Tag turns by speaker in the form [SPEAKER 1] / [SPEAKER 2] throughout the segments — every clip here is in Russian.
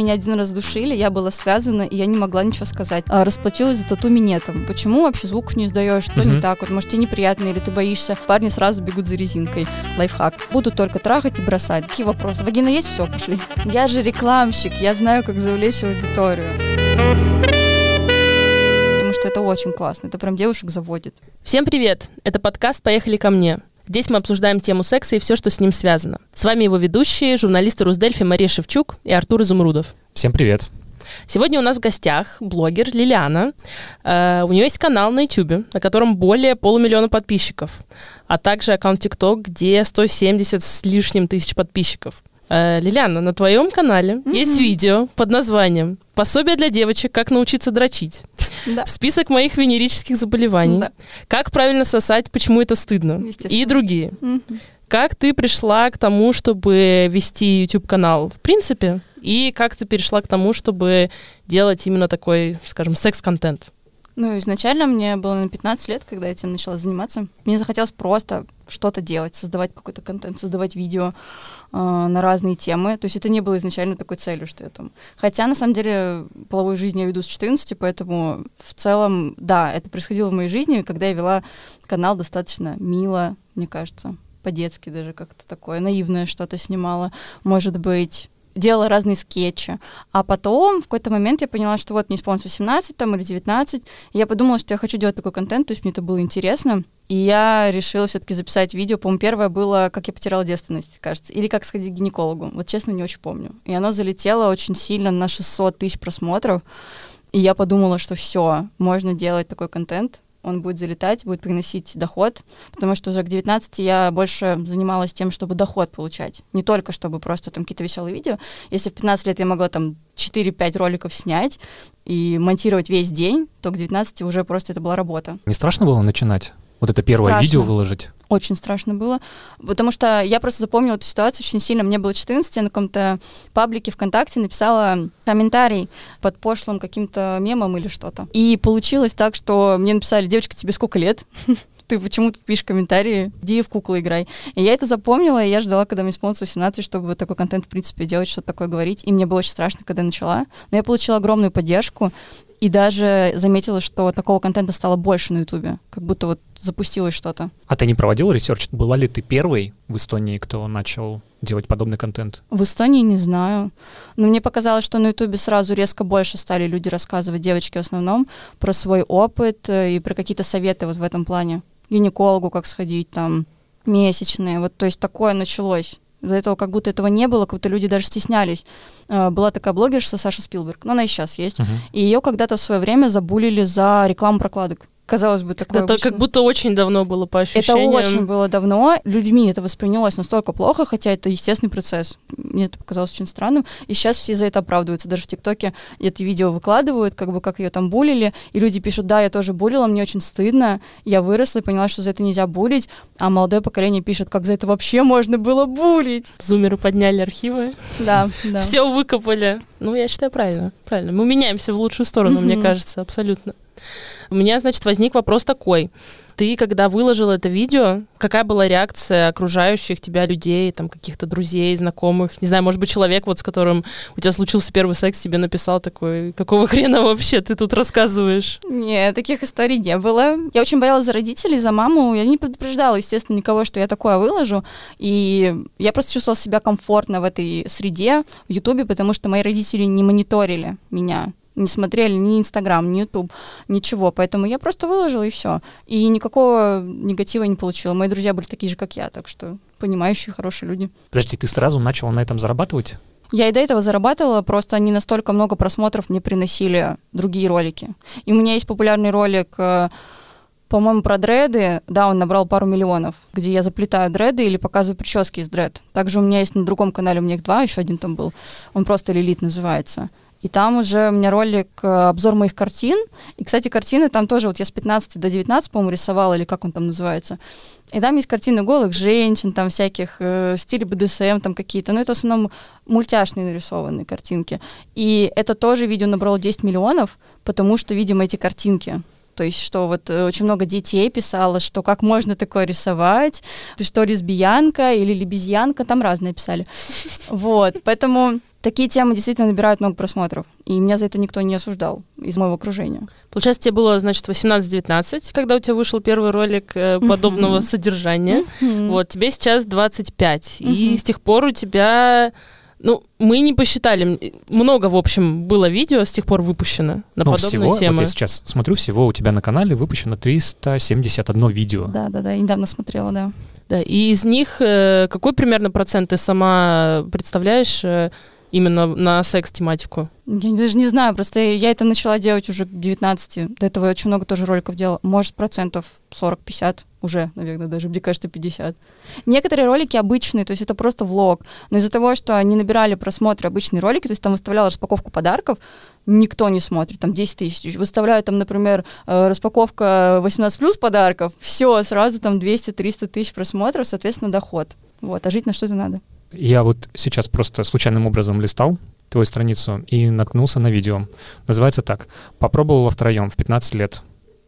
[SPEAKER 1] меня один раз душили, я была связана, и я не могла ничего сказать. Расплатилась за тату минетом. Почему вообще звуков не издаешь? Что не так? Вот, может, тебе неприятно, или ты боишься? Парни сразу бегут за резинкой. Лайфхак. Буду только трахать и бросать. Какие вопросы? Вагина есть? Все, пошли. Я же рекламщик, я знаю, как завлечь аудиторию. Потому что это очень классно, это прям девушек заводит.
[SPEAKER 2] Всем привет! Это подкаст «Поехали ко мне». Здесь мы обсуждаем тему секса и все, что с ним связано. С вами его ведущие, журналисты Русдельфи Мария Шевчук и Артур Изумрудов.
[SPEAKER 3] Всем привет!
[SPEAKER 2] Сегодня у нас в гостях блогер Лилиана. У нее есть канал на YouTube, на котором более 500 000 подписчиков, а также аккаунт TikTok, где 170 с лишним тысяч подписчиков. Лилиана, на твоем канале есть видео под названием «Пособие для девочек. Как научиться дрочить».
[SPEAKER 1] Да.
[SPEAKER 2] Список моих венерических заболеваний. Да. Как правильно сосать, почему это стыдно. И другие. Как ты пришла к тому, чтобы вести YouTube-канал в принципе, и как ты перешла к тому, чтобы делать именно такой, скажем, секс-контент?
[SPEAKER 1] Ну, изначально мне было на 15 лет, когда я этим начала заниматься. Мне захотелось просто что-то делать, создавать какой-то контент, создавать видео на разные темы. То есть это не было изначально такой целью, что я там... Хотя, на самом деле, половую жизнь я веду с 14, поэтому в целом, да, это происходило в моей жизни, когда я вела канал достаточно мило, мне кажется, по-детски даже как-то такое, наивное что-то снимала, может быть... делала разные скетчи. А потом в какой-то момент я поняла, что вот мне исполнилось 18 там, или 19, и я подумала, что я хочу делать такой контент, то есть мне это было интересно. И я решила все-таки записать видео. По-моему, первое было «Как я потеряла девственность», кажется, или «Как сходить к гинекологу». Вот честно, не очень помню. И оно залетело очень сильно на 600 000 просмотров. И я подумала, что все, можно делать такой контент. Он будет залетать, будет приносить доход, потому что уже к 19 я больше занималась тем, чтобы доход получать, не только чтобы просто там какие-то веселые видео. Если в 15 лет я могла там 4-5 роликов снять и монтировать весь день, то к 19 уже просто это была работа.
[SPEAKER 3] Не страшно было начинать? Вот это первое видео выложить?
[SPEAKER 1] Очень страшно было, потому что я просто запомнила эту ситуацию очень сильно. Мне было 14, я на каком-то паблике ВКонтакте написала комментарий под пошлым каким-то мемом или что-то. И получилось так, что мне написали: «Девочка, тебе сколько лет? Ты почему тут пишешь комментарии? Иди в куклу играй». И я это запомнила, и я ждала, когда мне исполнится 18, чтобы такой контент, в принципе, делать, что-то такое говорить. И мне было очень страшно, когда я начала. Но я получила огромную поддержку. И даже заметила, что такого контента стало больше на Ютубе. Как будто вот запустилось что-то.
[SPEAKER 3] А ты не проводила ресерч? Была ли ты первой в Эстонии, кто начал делать подобный контент?
[SPEAKER 1] В Эстонии не знаю. Но мне показалось, что на Ютубе сразу резко больше стали люди рассказывать, девочки в основном, про свой опыт и про какие-то советы вот в этом плане. Гинекологу как сходить, там, месячные. Вот, то есть такое началось. До этого как будто этого не было, как будто люди даже стеснялись. Была такая блогерша Саша Спилберг, но она и сейчас есть. И ее когда-то в свое время забулили за рекламу прокладок. Казалось бы, такое
[SPEAKER 2] это
[SPEAKER 1] обычно.
[SPEAKER 2] Как будто очень давно было по ощущениям.
[SPEAKER 1] Это очень было давно. Людьми это воспринялось настолько плохо, хотя это естественный процесс. Мне это показалось очень странным. И сейчас все за это оправдываются. Даже в ТикТоке это видео выкладывают, как ее там булили. И люди пишут: да, я тоже булила, мне очень стыдно. Я выросла и поняла, что за это нельзя булить. А молодое поколение пишет: как за это вообще можно было булить?
[SPEAKER 2] Зумеры подняли архивы.
[SPEAKER 1] Да.
[SPEAKER 2] Все выкопали. Ну, я считаю, правильно. Мы меняемся в лучшую сторону, мне кажется, абсолютно. У меня, значит, возник вопрос такой. Ты, когда выложила это видео, какая была реакция окружающих тебя людей, там, каких-то друзей, знакомых? Не знаю, может быть, человек, вот с которым у тебя случился первый секс, тебе написал такой: какого хрена вообще ты тут рассказываешь?
[SPEAKER 1] Нет, таких историй не было. Я очень боялась за родителей, за маму. Я не предупреждала, естественно, никого, что я такое выложу. И я просто чувствовала себя комфортно в этой среде, в Ютубе, потому что мои родители не мониторили меня. Не смотрели ни Инстаграм, ни Ютуб, ничего. Поэтому я просто выложила, и все. И никакого негатива не получила. Мои друзья были такие же, как я, так что понимающие, хорошие люди.
[SPEAKER 3] Подожди, ты сразу начала на этом зарабатывать?
[SPEAKER 1] Я и до этого зарабатывала, просто они настолько много просмотров мне приносили другие ролики. И у меня есть популярный ролик, по-моему, про дреды. Да, он набрал пару миллионов, где я заплетаю дреды или показываю прически из дред. Также у меня есть на другом канале, у меня их 2, еще один там был. Он просто «Лилит» называется. И там уже у меня ролик, обзор моих картин. И, кстати, картины там тоже, вот я с 15 до 19, по-моему, рисовала, или как он там называется. И там есть картины голых женщин, там всяких в стиле БДСМ там какие-то. Но это в основном мультяшные нарисованные картинки. И это тоже видео набрало 10 миллионов, потому что, видимо, эти картинки. То есть, что вот очень много детей писало, что как можно такое рисовать, ты что, лесбиянка или лебезьянка, там разные писали. Вот, поэтому такие темы действительно набирают много просмотров, и меня за это никто не осуждал из моего окружения.
[SPEAKER 2] Получается, тебе было, значит, 18-19, когда у тебя вышел первый ролик подобного содержания. Вот, тебе сейчас 25, и с тех пор у тебя... Ну, мы не посчитали. Много, в общем, было видео с тех пор выпущено на подобные
[SPEAKER 3] всего,
[SPEAKER 2] темы.
[SPEAKER 3] Вот я сейчас смотрю, всего у тебя на канале выпущено 371 видео.
[SPEAKER 1] Да, я недавно смотрела, да.
[SPEAKER 2] Да, и из них какой примерно процент ты сама представляешь именно на секс-тематику?
[SPEAKER 1] Я даже не знаю, просто я это начала делать уже к 19. До этого я очень много тоже роликов делала. Может, процентов 40-50 уже, наверное, даже, мне кажется, 50. Некоторые ролики обычные, то есть это просто влог. Но из-за того, что они набирали просмотры обычные ролики, то есть там выставляла распаковку подарков, никто не смотрит, там 10 тысяч. Выставляют там, например, распаковка 18+ подарков, все, сразу там 200-300 тысяч просмотров, соответственно, доход. Вот, а жить на что-то надо.
[SPEAKER 3] Я вот сейчас просто случайным образом листал твою страницу и наткнулся на видео. Называется так: «Попробовала втроем в 15 лет».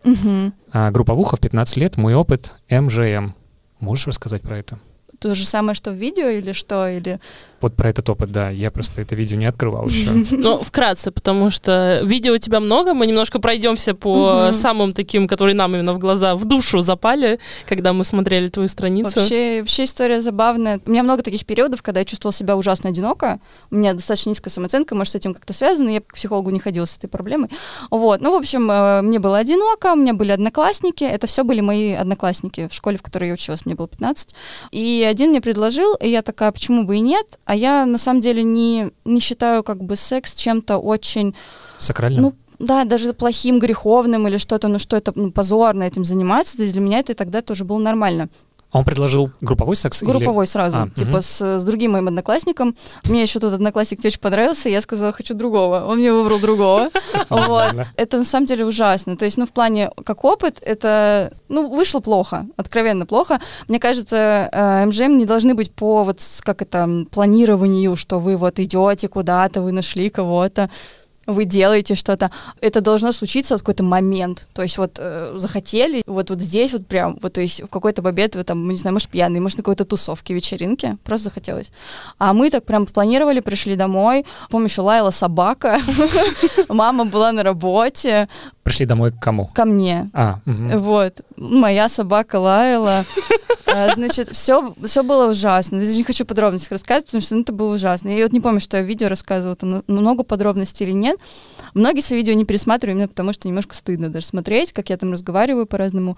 [SPEAKER 3] Групповуха в 15 лет. Мой опыт МЖМ. Можешь рассказать про это?
[SPEAKER 1] То же самое, что в видео или что? Или...
[SPEAKER 3] Вот про этот опыт, да. Я просто это видео не открывал еще.
[SPEAKER 2] Ну, вкратце, потому что видео у тебя много, мы немножко пройдемся по самым таким, которые нам именно в глаза, в душу запали, когда мы смотрели твою страницу.
[SPEAKER 1] Вообще история забавная. У меня много таких периодов, когда я чувствовала себя ужасно одиноко. У меня достаточно низкая самооценка, может, с этим как-то связано. Я к психологу не ходила с этой проблемой. Вот. Ну, в общем, мне было одиноко, у меня были одноклассники. Это все были мои одноклассники в школе, в которой я училась. Мне было 15. И один мне предложил, и я такая, почему бы и нет? А я, на самом деле, не считаю как бы секс чем-то очень...
[SPEAKER 3] Сакральным?
[SPEAKER 1] Ну, да, даже плохим, греховным или что-то, ну что это позорно этим заниматься. То есть для меня это тогда тоже было нормально.
[SPEAKER 3] А он предложил групповой секс?
[SPEAKER 1] Групповой сразу, типа с другим моим одноклассником. Мне еще тот одноклассник тебе очень понравился, и я сказала, хочу другого. Он мне выбрал другого. Вот. Это на самом деле ужасно. То есть, ну, в плане, как опыт, это, ну, вышло плохо, откровенно плохо. Мне кажется, МЖМ не должны быть по вот, как это, планированию, что вы вот идете куда-то, вы нашли кого-то, вы делаете что-то, это должно случиться в какой-то момент. То есть вот захотели, вот здесь вот прям, вот то есть в какой-то момент вы там, не знаю, может, пьяный, может, на какой-то тусовке, вечеринке, просто захотелось. А мы так прям планировали, пришли домой, помню, еще лаяла собака, мама была на работе.
[SPEAKER 3] Пришли домой к кому?
[SPEAKER 1] Ко мне. Вот. Моя собака лаяла. Значит, все было ужасно. Я даже не хочу подробностей рассказывать, потому что это было ужасно. Я вот не помню, что я в видео рассказывала, там много подробностей или нет. Многие свои видео не пересматриваю, именно потому что немножко стыдно даже смотреть, как я там разговариваю по-разному.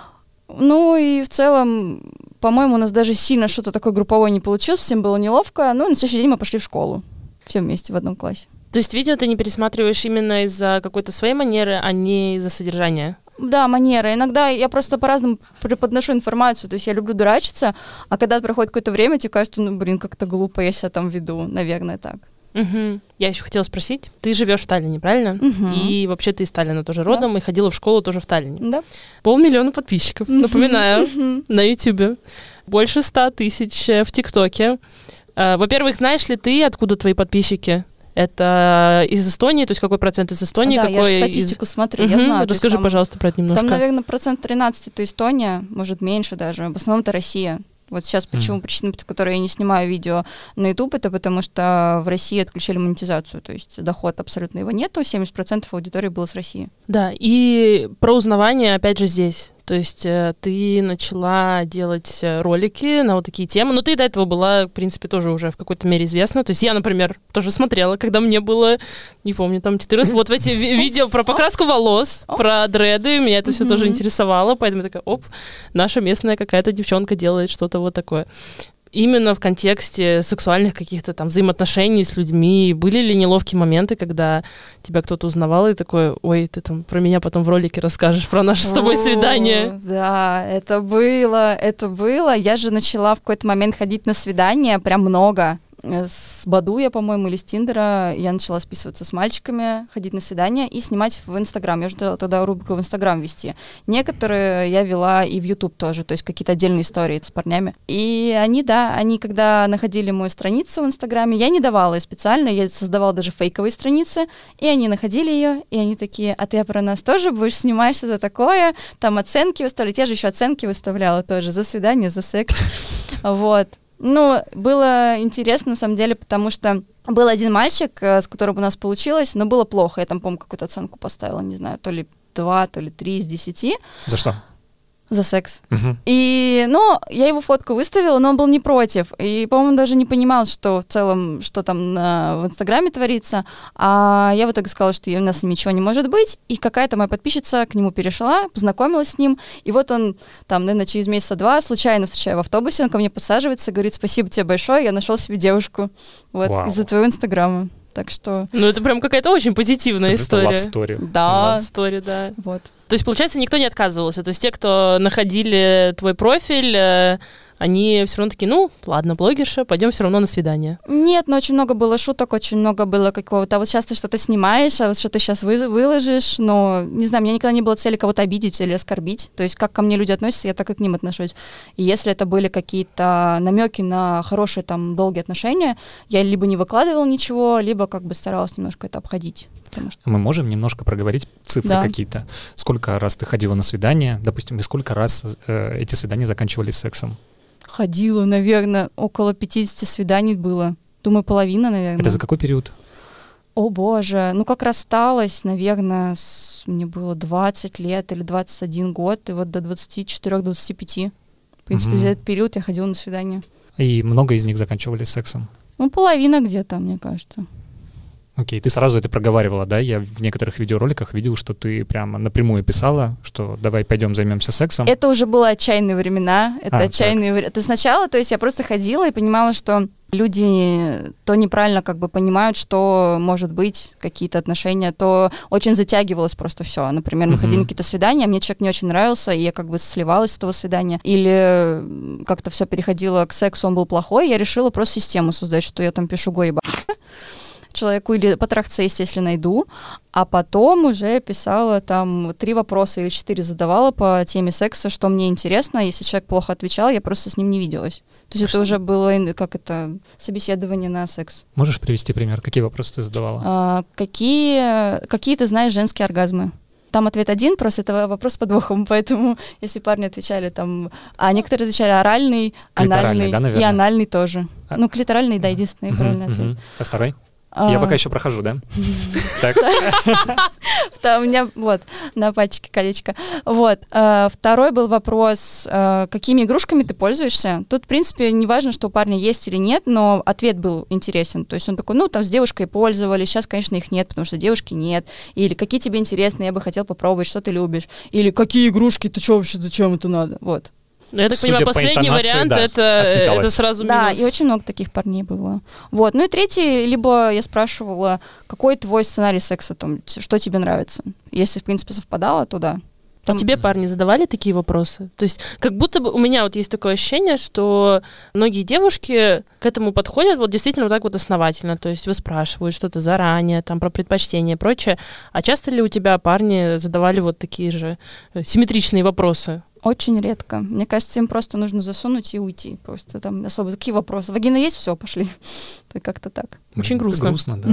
[SPEAKER 1] Ну и в целом, по-моему, у нас даже сильно что-то такое групповое не получилось, всем было неловко. Ну и на следующий день мы пошли в школу. Все вместе в одном классе.
[SPEAKER 2] То есть видео ты не пересматриваешь именно из-за какой-то своей манеры, а не из-за содержания?
[SPEAKER 1] Да, манера. Иногда я просто по-разному преподношу информацию. То есть я люблю дурачиться, а когда проходит какое-то время, тебе кажется, ну, блин, как-то глупо я себя там веду. Наверное, так.
[SPEAKER 2] Я еще хотела спросить, ты живешь в Таллине, правильно? И вообще ты из Таллина тоже родом, и ходила в школу тоже в Таллине.
[SPEAKER 1] Да.
[SPEAKER 2] 500 000 подписчиков, напоминаю, на Ютубе. Больше 100 000 в ТикТоке. Во-первых, знаешь ли ты, откуда твои подписчики? Это из Эстонии, то есть какой процент из Эстонии?
[SPEAKER 1] Да,
[SPEAKER 2] какой
[SPEAKER 1] я статистику смотрю, я знаю.
[SPEAKER 2] Расскажи, пожалуйста, про это немножко.
[SPEAKER 1] Там, наверное, 13% это Эстония, может, меньше даже. В основном это Россия. Вот сейчас почему причина, по которой я не снимаю видео на YouTube, это потому что в России отключили монетизацию, то есть доход абсолютно его нету, 70% аудитории было с России.
[SPEAKER 2] Да, и про узнавание, опять же, здесь. То есть ты начала делать ролики на вот такие темы, но ты до этого была, в принципе, тоже уже в какой-то мере известна. То есть я, например, тоже смотрела, когда мне было, не помню, там 14, вот в эти видео про покраску волос, про дреды, меня это все тоже интересовало, поэтому я такая, оп, наша местная какая-то девчонка делает что-то вот такое. Именно в контексте сексуальных каких-то там взаимоотношений с людьми. Были ли неловкие моменты, когда тебя кто-то узнавал и такой, ой, ты там про меня потом в ролике расскажешь, про наше с тобой свидание?
[SPEAKER 1] Да, это было. Я же начала в какой-то момент ходить на свидания, прям много. С Баду я, по-моему, или с Тиндера я начала списываться с мальчиками, ходить на свидания и снимать в Инстаграм. Я же тогда рубрику в Инстаграм вести. Некоторые я вела и в Ютуб тоже, то есть какие-то отдельные истории с парнями. И они, когда находили мою страницу в Инстаграме, я не давала ее специально, я создавала даже фейковые страницы, и они находили ее, и они такие, а ты про нас тоже будешь снимать что-то такое, там оценки выставлять. Я же еще оценки выставляла тоже за свидание, за секс. Вот. Ну, было интересно, на самом деле, потому что был один мальчик, с которым у нас получилось, но было плохо. Я там, по-моему, какую-то оценку поставила, не знаю, то ли 2, то ли 3 из 10.
[SPEAKER 3] За что?
[SPEAKER 1] За секс. И, я его фотку выставила, но он был не против. И, по-моему, даже не понимал, что в целом, что там в Инстаграме творится. А я в итоге сказала, что у нас ничего не может быть. И какая-то моя подписчица к нему перешла, познакомилась с ним. И вот он там, наверное, через месяца 2 случайно встречаю в автобусе, он ко мне подсаживается, говорит: спасибо тебе большое, я нашел себе девушку. Вот, из-за твоего Инстаграма. Так что...
[SPEAKER 2] Ну, это прям какая-то очень позитивная история.
[SPEAKER 3] Это love story.
[SPEAKER 1] Да.
[SPEAKER 2] Love story, да.
[SPEAKER 1] Вот.
[SPEAKER 2] То есть, получается, никто не отказывался. То есть те, кто находили твой профиль, они все равно такие: ладно, блогерша, пойдем все равно на свидание.
[SPEAKER 1] Нет, но очень много было шуток, очень много было какого-то: вот сейчас ты что-то снимаешь, а вот что ты сейчас выложишь, но, не знаю, у меня никогда не было цели кого-то обидеть или оскорбить, то есть как ко мне люди относятся, я так и к ним отношусь. И если это были какие-то намеки на хорошие, там, долгие отношения, я либо не выкладывала ничего, либо как бы старалась немножко это обходить. Что...
[SPEAKER 3] Мы можем немножко проговорить цифры какие-то? Сколько раз ты ходила на свидания, допустим, и сколько раз эти свидания заканчивались сексом?
[SPEAKER 1] Ходила, наверное, около 50 свиданий было. Думаю, половина, наверное.
[SPEAKER 3] Это за какой период?
[SPEAKER 1] О, боже. Как рассталась, наверное, мне было 20 лет или 21 год, и вот до 24-25. В принципе, за этот период я ходила на свидания.
[SPEAKER 3] И много из них заканчивались сексом?
[SPEAKER 1] Половина где-то, мне кажется.
[SPEAKER 3] Окей, ты сразу это проговаривала, да? Я в некоторых видеороликах видел, что ты прямо напрямую писала, что давай пойдем займемся сексом.
[SPEAKER 1] Это уже было отчаянные времена. Это сначала, то есть я просто ходила и понимала, что люди то неправильно как бы понимают, что может быть какие-то отношения, то очень затягивалось просто все. Например, мы ходили на какие-то свидания, мне человек не очень нравился, и я как бы сливалась с этого свидания. Или как-то все переходило к сексу, он был плохой, я решила просто систему создать, что я там пишу «го еба» человеку, или потрахаться, естественно, иду, а потом уже писала там 3 вопроса или 4 задавала по теме секса, что мне интересно. Если человек плохо отвечал, я просто с ним не виделась. То есть это уже было собеседование на секс.
[SPEAKER 3] Можешь привести пример? Какие вопросы ты задавала?
[SPEAKER 1] Какие ты знаешь женские оргазмы? Там ответ один, просто это вопрос с подвохом, поэтому если парни отвечали там... А некоторые отвечали оральный, анальный, да, и анальный тоже. Клиторальный, да, единственный правильный ответ.
[SPEAKER 3] А второй? Я пока еще прохожу, да? Так.
[SPEAKER 1] У меня вот на пальчике колечко. Вот. Второй был вопрос: какими игрушками ты пользуешься? Тут, в принципе, не важно, что у парня есть или нет, но ответ был интересен. То есть он такой: там с девушкой пользовались, сейчас, конечно, их нет, потому что девушки нет. Или какие тебе интересны, я бы хотел попробовать, что ты любишь. Или какие игрушки, ты что вообще, зачем это надо? Вот.
[SPEAKER 2] Я так понимаю, последний вариант, да, это сразу минус.
[SPEAKER 1] Да, и очень много таких парней было. Вот. И третий, либо я спрашивала: какой твой сценарий секса, там, что тебе нравится? Если, в принципе, совпадало, то да.
[SPEAKER 2] А тебе парни задавали такие вопросы? То есть как будто бы у меня вот есть такое ощущение, что многие девушки к этому подходят вот действительно вот так вот основательно. То есть вы спрашивают что-то заранее, там, про предпочтения и прочее. А часто ли у тебя парни задавали вот такие же симметричные вопросы?
[SPEAKER 1] Очень редко. Мне кажется, им просто нужно засунуть и уйти. Просто там особо такие вопросы. Вагина есть? Все, пошли. То как-то так.
[SPEAKER 2] Очень грустно.
[SPEAKER 3] Грустно, да.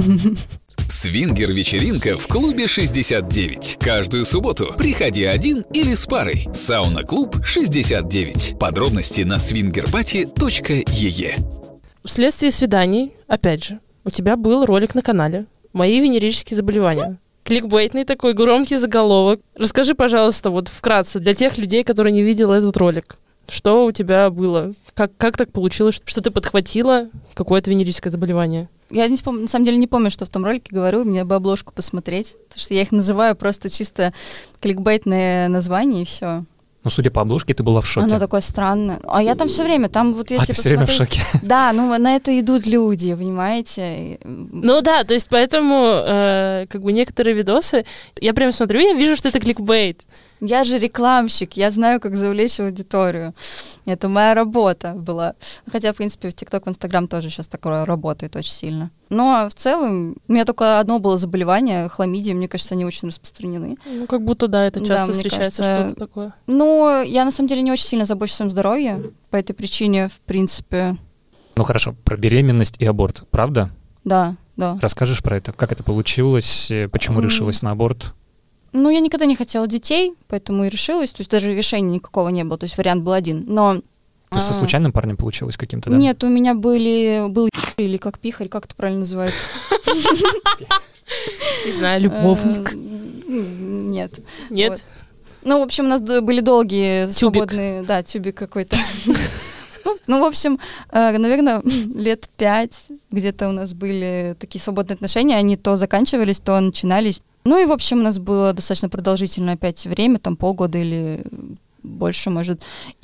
[SPEAKER 4] Свингер-вечеринка в клубе 69. Каждую субботу приходи один или с парой. Сауна-клуб 69. Подробности на swingerparty.ee.
[SPEAKER 2] Вследствие свиданий, опять же, у тебя был ролик на канале «Мои венерические заболевания». Кликбейтный такой громкий заголовок. Расскажи, пожалуйста, вот вкратце для тех людей, которые не видели этот ролик. Что у тебя было? Как так получилось, что ты подхватила какое-то венерическое заболевание?
[SPEAKER 1] Я на самом деле не помню, что в том ролике говорю, мне бы обложку посмотреть, потому что я их называю просто чисто кликбейтные названия, и все.
[SPEAKER 3] Ну, судя по обложке, ты была в шоке.
[SPEAKER 1] Оно такое странное. А я там все время, там вот если
[SPEAKER 3] ты все время в шоке?
[SPEAKER 1] Да, на это идут люди, понимаете?
[SPEAKER 2] Ну да, то есть поэтому как бы некоторые видосы, я прям смотрю, я вижу, что это кликбейт.
[SPEAKER 1] Я же рекламщик, я знаю, как завлечь аудиторию. Это моя работа была. Хотя, в принципе, в ТикТок, в Инстаграм тоже сейчас такое работает очень сильно. Но в целом, у меня только одно было заболевание, хламидия, мне кажется, они очень распространены.
[SPEAKER 2] Ну, как будто, да, это часто встречается, что-то такое.
[SPEAKER 1] Ну, я, на самом деле, не очень сильно забочусь о своем здоровье, по этой причине, в принципе.
[SPEAKER 3] Ну, хорошо, про беременность и аборт, правда?
[SPEAKER 1] Да, да.
[SPEAKER 3] Расскажешь про это? Как это получилось? Почему решилась на аборт?
[SPEAKER 1] Ну, я никогда не хотела детей, поэтому и решилась. То есть даже решения никакого не было. То есть вариант был один. Но
[SPEAKER 3] Ты со случайным парнем получилось каким-то, да?
[SPEAKER 1] Нет, у меня был или как пихарь, как это правильно называется?
[SPEAKER 2] Не знаю, любовник.
[SPEAKER 1] Нет.
[SPEAKER 2] Нет?
[SPEAKER 1] Ну, в общем, у нас были долгие свободные... Да, тюбик какой-то. Ну, в общем, наверное, лет 5 где-то у нас были такие свободные отношения, они то заканчивались, то начинались. Ну и, в общем, у нас было достаточно продолжительное опять время, там полгода или больше, может.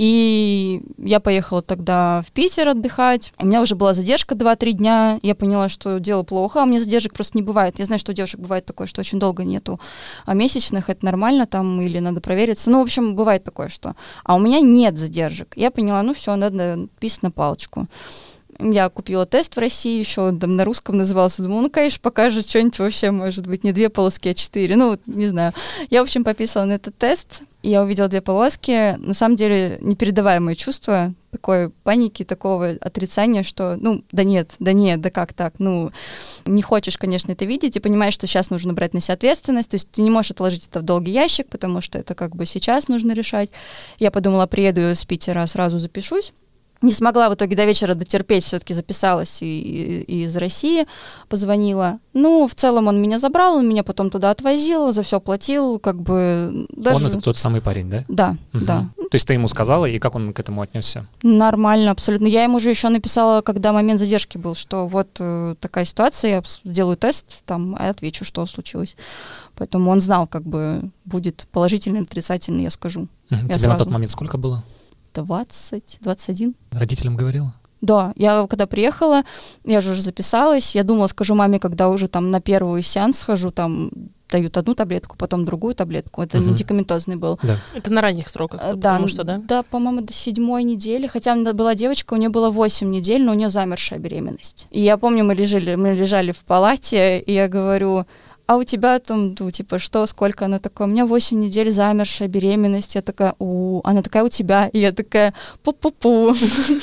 [SPEAKER 1] И я поехала тогда в Питер отдыхать. У меня уже была задержка 2-3 дня. Я поняла, что дело плохо, а у меня задержек просто не бывает. Я знаю, что у девушек бывает такое, что очень долго нету месячных, это нормально там, или надо провериться. Ну, в общем, бывает такое, что... А у меня нет задержек. Я поняла, ну все, надо писать на палочку. Я купила тест в России, еще он там на русском назывался. Думала, ну, конечно, покажет что-нибудь вообще, может быть, не 2 полоски, а 4. Ну, не знаю. Я, в общем, пописала на этот тест, и я увидела 2 полоски. На самом деле, непередаваемое чувство такой паники, такого отрицания, что, ну, да нет, да как так? Ну, не хочешь, конечно, это видеть, и понимаешь, что сейчас нужно брать на себя ответственность, то есть ты не можешь отложить это в долгий ящик, потому что это как бы сейчас нужно решать. Я подумала, приеду из Питера, сразу запишусь. Не смогла в итоге до вечера дотерпеть, все-таки записалась и из России, позвонила. Ну, в целом он меня забрал, он меня потом туда отвозил, за все платил, как бы... Даже...
[SPEAKER 3] Он — это тот самый парень, да?
[SPEAKER 1] Да, да.
[SPEAKER 3] То есть ты ему сказала, и как он к этому отнесся?
[SPEAKER 1] Нормально, абсолютно. Я ему же еще написала, когда момент задержки был, что вот такая ситуация, я сделаю тест там и отвечу, что случилось. Поэтому он знал, как бы будет положительный или отрицательный, я скажу.
[SPEAKER 3] Тебе сразу... на тот момент сколько было?
[SPEAKER 1] 20, 21.
[SPEAKER 3] Родителям говорила?
[SPEAKER 1] Да, я когда приехала, я же уже записалась, я думала, скажу маме, когда уже там на первый сеанс схожу, там дают одну таблетку, потом другую таблетку. Это медикаментозный был.
[SPEAKER 3] Да.
[SPEAKER 2] Это на ранних сроках,
[SPEAKER 1] да,
[SPEAKER 2] потому что, да?
[SPEAKER 1] Да, по-моему, до 7-й недели. Хотя у меня была девочка, у нее было 8 недель, но у нее замершая беременность. И я помню, мы лежали в палате, и я говорю... А у тебя там, ну, типа, что, сколько? Она такая, у меня 8 недель замершая беременность. Я такая, она такая, у тебя. И я такая, пу-пу-пу.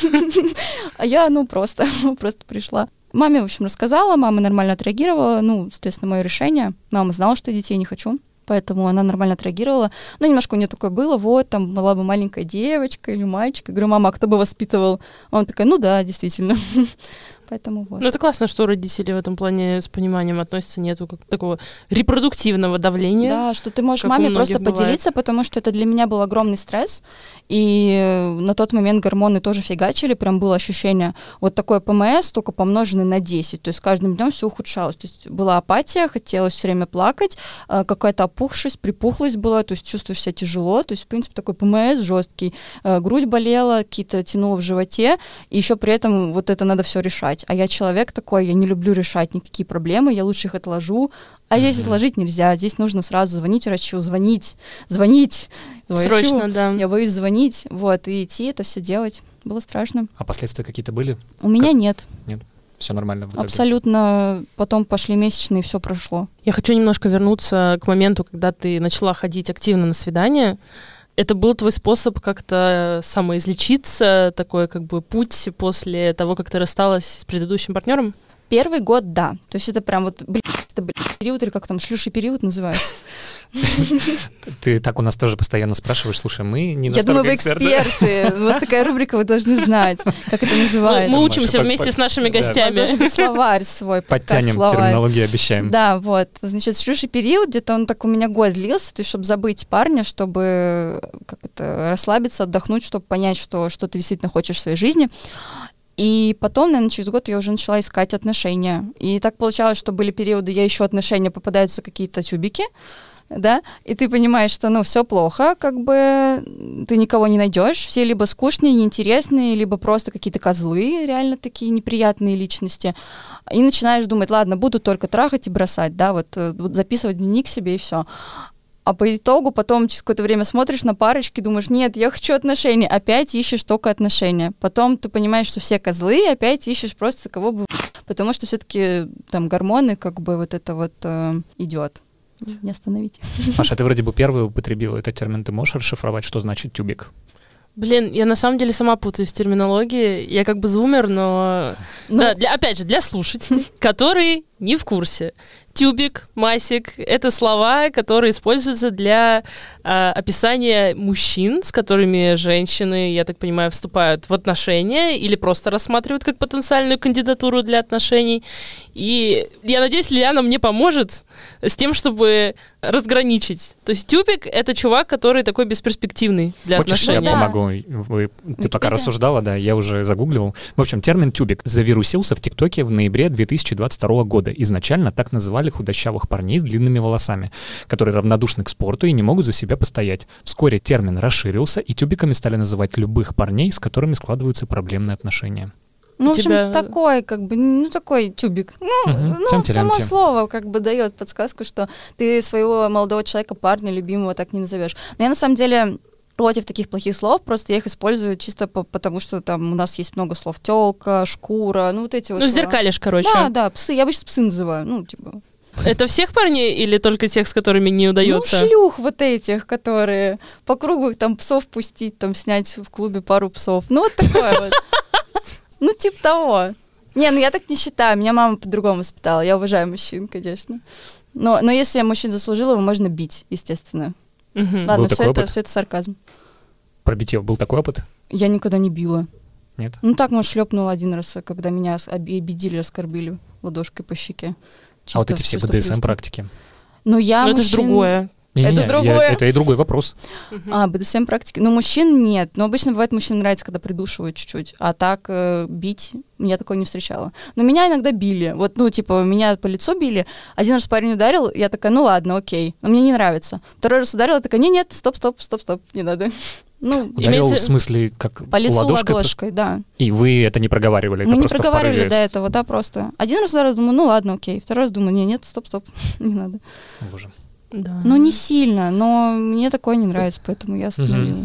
[SPEAKER 1] А я, просто пришла. Маме, в общем, рассказала, мама нормально отреагировала, естественно, мое решение. Мама знала, что детей не хочу, поэтому она нормально отреагировала. Но немножко у нее такое было, вот, там была бы маленькая девочка или мальчик. Я говорю, мама, а кто бы воспитывал? А он такая, ну да, действительно. Поэтому вот.
[SPEAKER 2] Ну, это классно, что родители в этом плане с пониманием относятся, нету такого репродуктивного давления.
[SPEAKER 1] Да, что ты можешь маме просто поделиться, потому что это для меня был огромный стресс, и на тот момент гормоны тоже фигачили, прям было ощущение вот такое ПМС, только помноженное на 10, то есть с каждым днем все ухудшалось, то есть была апатия, хотелось все время плакать, какая-то опухшесть, припухлость была, то есть чувствуешь себя тяжело, то есть в принципе такой ПМС жесткий, грудь болела, какие-то тянуло в животе, и еще при этом вот это надо все решать. А я человек такой, я не люблю решать никакие проблемы, я лучше их отложу. А здесь отложить нельзя, здесь нужно сразу звонить врачу, звонить врачу.
[SPEAKER 2] Срочно, да.
[SPEAKER 1] Я боюсь звонить, вот, и идти это все делать. Было страшно.
[SPEAKER 3] А последствия какие-то были?
[SPEAKER 1] У меня нет.
[SPEAKER 3] Нет? Все нормально в итоге?
[SPEAKER 1] Абсолютно. Потом пошли месячные, и все прошло.
[SPEAKER 2] Я хочу немножко вернуться к моменту, когда ты начала ходить активно на свидания. Это был твой способ как-то самоизлечиться, такой как бы путь после того, как ты рассталась с предыдущим партнером?
[SPEAKER 1] Первый год, да. То есть это прям вот, период, или как там, шлюший период называется.
[SPEAKER 3] Ты так у нас тоже постоянно спрашиваешь, слушай, мы не
[SPEAKER 1] настолько
[SPEAKER 3] эксперты.
[SPEAKER 1] Я думаю, вы эксперты. У вас такая рубрика, вы должны знать, как это называется.
[SPEAKER 2] Мы учимся вместе с нашими гостями.
[SPEAKER 1] Должен быть словарь свой.
[SPEAKER 3] Подтянем терминологию, обещаем.
[SPEAKER 1] Да, вот. Значит, шлюший период, где-то он так у меня год длился, то есть чтобы забыть парня, чтобы как-то расслабиться, отдохнуть, чтобы понять, что ты действительно хочешь в своей жизни. И потом, наверное, через год я уже начала искать отношения. И так получалось, что были периоды, я ищу отношения, попадаются какие-то тюбики, да, и ты понимаешь, что, все плохо, как бы ты никого не найдешь, все либо скучные, неинтересные, либо просто какие-то козлы, реально такие неприятные личности. И начинаешь думать, ладно, буду только трахать и бросать, да, вот записывать дневник себе и все. А по итогу потом через какое-то время смотришь на парочки, думаешь, нет, я хочу отношения, опять ищешь только отношения. Потом ты понимаешь, что все козлы, и опять ищешь просто кого бы... Потому что все-таки там гормоны, как бы вот это вот идет. Не остановить.
[SPEAKER 3] Маша, ты вроде бы первый употребила этот термин. Ты можешь расшифровать, что значит тюбик?
[SPEAKER 2] Блин, я на самом деле сама путаюсь в терминологии. Я как бы зумер, но... Да, опять же, для слушателей, которые не в курсе, тюбик, масик — это слова, которые используются для описания мужчин, с которыми женщины, я так понимаю, вступают в отношения или просто рассматривают как потенциальную кандидатуру для отношений. И я надеюсь, Лилиана мне поможет с тем, чтобы разграничить. То есть тюбик — это чувак, который такой бесперспективный для
[SPEAKER 3] Хочешь,
[SPEAKER 2] отношений.
[SPEAKER 3] я помогу? Ты пока рассуждала, да, я уже загуглил. В общем, термин «тюбик» завирусился в ТикТоке в ноябре 2022 года. Изначально так называли худощавых парней с длинными волосами, которые равнодушны к спорту и не могут за себя постоять. Вскоре термин расширился, и тюбиками стали называть любых парней, с которыми складываются проблемные отношения.
[SPEAKER 1] Ну, в общем, такой, как бы, такой тюбик. Само слово как бы дает подсказку, что ты своего молодого человека, парня, любимого так не назовешь. Но я на самом деле против таких плохих слов, просто я их использую чисто потому, что там у нас есть много слов: тёлка, шкура, вот эти вот слова.
[SPEAKER 2] Зеркалишь, короче.
[SPEAKER 1] Да, псы. Я обычно псы называю, типа.
[SPEAKER 2] Это всех парней или только тех, с которыми не удается?
[SPEAKER 1] Шлюх вот этих, которые по кругу там псов пустить, там снять в клубе пару псов. Вот такое вот. Типа того. Я так не считаю. Меня мама по-другому воспитала. Я уважаю мужчин, конечно. Но если я мужчин заслужила, его можно бить, естественно. Ладно, все это сарказм.
[SPEAKER 3] Про битье был такой опыт?
[SPEAKER 1] Я никогда не била.
[SPEAKER 3] Нет?
[SPEAKER 1] Так, может, шлепнула один раз, когда меня обидели, оскорбили ладошкой по щеке.
[SPEAKER 3] А вот эти все БДСМ-практики?
[SPEAKER 2] Это же другое.
[SPEAKER 1] Это другое.
[SPEAKER 3] Это и другой вопрос.
[SPEAKER 1] БДСМ-практики. Мужчин нет. Но обычно бывает, мужчинам нравится, когда придушивают чуть-чуть. А так бить я такого не встречала. Но меня иногда били. Меня по лицу били. Один раз парень ударил, я такая, ладно, окей. Но мне не нравится. Второй раз ударила, такая, нет, стоп, не надо.
[SPEAKER 3] Ударил в смысле, как
[SPEAKER 1] по лицу ладошкой, да.
[SPEAKER 3] И вы это не проговаривали?
[SPEAKER 1] Мы не проговаривали до этого, да, просто. Один раз ударил, думаю, ладно, окей. Второй раз думаю, нет, стоп, не надо.
[SPEAKER 3] Боже.
[SPEAKER 1] Да. Не сильно, но мне такое не нравится, поэтому я остановила.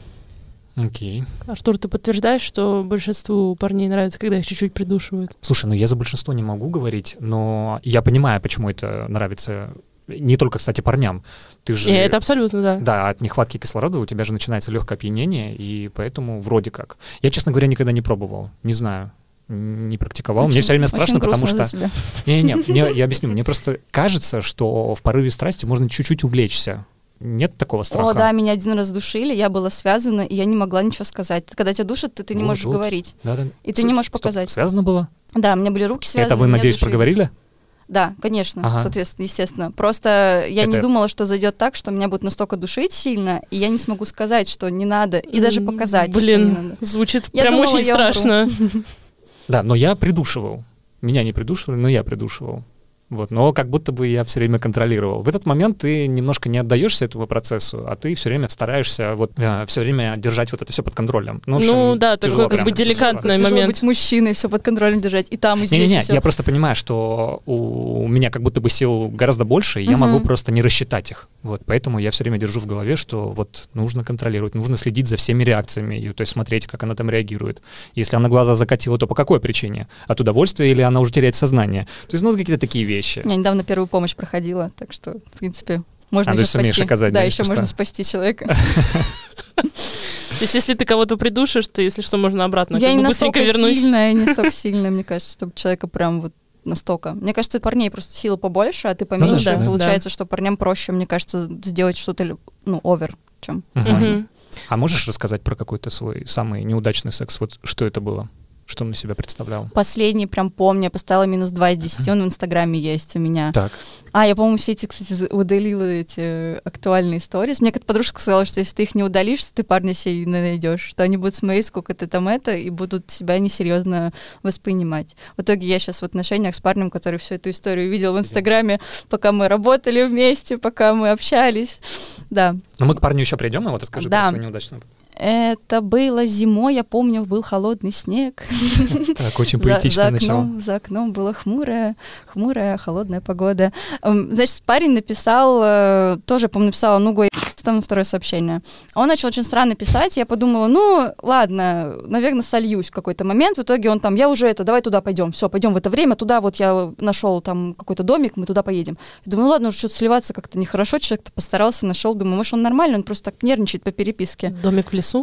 [SPEAKER 3] Окей.
[SPEAKER 2] Артур, ты подтверждаешь, что большинству парней нравится, когда их чуть-чуть придушивают?
[SPEAKER 3] Слушай, я за большинство не могу говорить, но я понимаю, почему это нравится. Не только, кстати, парням. Ты же...
[SPEAKER 2] Это абсолютно, да.
[SPEAKER 3] Да, от нехватки кислорода у тебя же начинается легкое опьянение, и поэтому вроде как. Я, честно говоря, никогда не пробовал. Не знаю. Не практиковал. Мне все время страшно, потому что... Я объясню. Мне просто кажется, что в порыве страсти можно чуть-чуть увлечься. Нет такого страха?
[SPEAKER 1] О, да, меня один раз душили, я была связана, и я не могла ничего сказать. Когда тебя душат, ты не можешь говорить.
[SPEAKER 3] Да.
[SPEAKER 1] И ты не можешь показать.
[SPEAKER 3] Связано было?
[SPEAKER 1] Да, у меня были руки связаны.
[SPEAKER 3] Это вы, надеюсь, проговорили?
[SPEAKER 1] Да, конечно, соответственно, естественно. Просто я не думала, что зайдет так, что меня будут настолько душить сильно, и я не смогу сказать, что не надо, и даже показать, что не надо.
[SPEAKER 2] Звучит прям очень страшно.
[SPEAKER 3] Да, но я придушивал. Меня не придушивали, но я придушивал. Но как будто бы я все время контролировал. В этот момент ты немножко не отдаешься этому процессу, а ты все время стараешься все время держать это все под контролем.
[SPEAKER 2] Такой как бы деликатный момент.
[SPEAKER 1] Тяжело быть мужчиной, все под контролем держать, и там, и здесь, и все.
[SPEAKER 3] Я просто понимаю, что у меня как будто бы сил гораздо больше, и я могу просто не рассчитать их. Поэтому я все время держу в голове, что нужно контролировать, нужно следить за всеми реакциями, то есть смотреть, как она там реагирует. Если она глаза закатила, то по какой причине? От удовольствия или она уже теряет сознание? То есть, какие-то такие вещи.
[SPEAKER 1] Я недавно первую помощь проходила, так что, в принципе, можно еще спасти.
[SPEAKER 3] Оказать,
[SPEAKER 1] да, еще можно спасти человека.
[SPEAKER 2] То есть, если ты кого-то придушишь, то, если что, можно обратно
[SPEAKER 1] я не
[SPEAKER 2] быстренько вернуть.
[SPEAKER 1] Я не настолько сильная, мне кажется, чтобы человека прям настолько. Мне кажется, парней просто сила побольше, а ты поменьше. Получается, что парням проще, мне кажется, сделать что-то, овер, чем можно.
[SPEAKER 3] А можешь рассказать про какой-то свой самый неудачный секс? Что это было? Что он на себя представлял?
[SPEAKER 1] Последний, прям помню, я поставила -2 из 10, он в Инстаграме есть у меня.
[SPEAKER 3] Так.
[SPEAKER 1] Я, по-моему, все эти, кстати, удалила эти актуальные истории. Мне как-то подружка сказала, что если ты их не удалишь, то ты парня себе не найдешь, что они будут смотреть, сколько ты там и будут себя несерьезно воспринимать. В итоге я сейчас в отношениях с парнем, который всю эту историю видел в Инстаграме, пока мы работали вместе, пока мы общались. Да.
[SPEAKER 3] Но мы к парню еще придем, а расскажи про свой неудачный опыт.
[SPEAKER 1] Это было зимой, я помню, был холодный снег.
[SPEAKER 3] Так, очень поэтичное начало.
[SPEAKER 1] За окном была хмурая, холодная погода. Значит, парень написал, тоже, помню, написала, там второе сообщение. Он начал очень странно писать, я подумала, ладно, наверное, сольюсь в какой-то момент. В итоге он там, давай туда пойдем, все, пойдем в это время, туда я нашел там какой-то домик, мы туда поедем. Я думаю, ладно, уже что-то сливаться как-то нехорошо, человек-то постарался, нашел, думаю, может, он нормальный, он просто так нервничает по переписке.
[SPEAKER 2] Домик в лесу?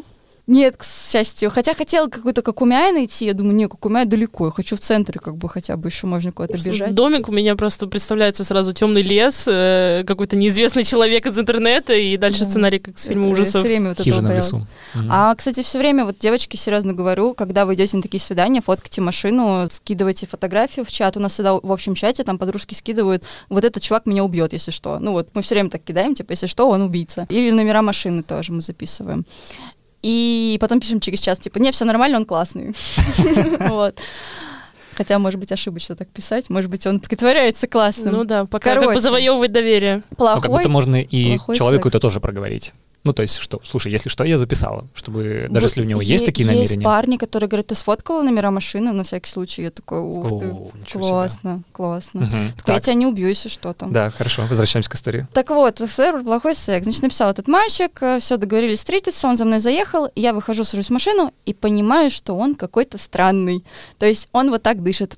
[SPEAKER 1] Нет, к счастью. Хотя хотела какой-то Какумяй найти. Я думаю, не, Какумяй далеко. Я хочу в центре, как бы хотя бы еще можно куда-то бежать.
[SPEAKER 2] Домик у меня просто представляется сразу темный лес, какой-то неизвестный человек из интернета, и дальше сценарий как с фильма ужасов.
[SPEAKER 1] Я все время вот
[SPEAKER 3] Хижина в лесу.
[SPEAKER 1] А, кстати, все время, вот девочки, серьезно говорю, когда вы идете на такие свидания, фоткайте машину, скидывайте фотографию в чат. У нас всегда в общем чате там подружки скидывают, вот этот чувак меня убьет, если что. Ну вот мы все время так кидаем, типа, если что, он убийца. Или номера машины тоже мы записываем. И потом пишем через час, типа, не, все нормально, он классный. Вот. Хотя, может быть, ошибочно так писать, может быть, он притворяется классным.
[SPEAKER 2] Ну да, пока как бы завоевывать доверие.
[SPEAKER 3] Ну, как будто можно и человеку это тоже проговорить. Ну, то есть, что, слушай, если что, я записала, чтобы, даже если у него есть такие намерения.
[SPEAKER 1] Есть парни, которые говорят, ты сфоткала номера машины, на всякий случай. Я такой, ух ты, классно, классно. Я тебя не убью, если что там.
[SPEAKER 3] Да, хорошо, возвращаемся к истории.
[SPEAKER 1] Так вот, плохой секс. Значит, написал этот мальчик, все, договорились встретиться, он за мной заехал, я выхожу, сажусь в машину и понимаю, что он какой-то странный. То есть он вот так дышит.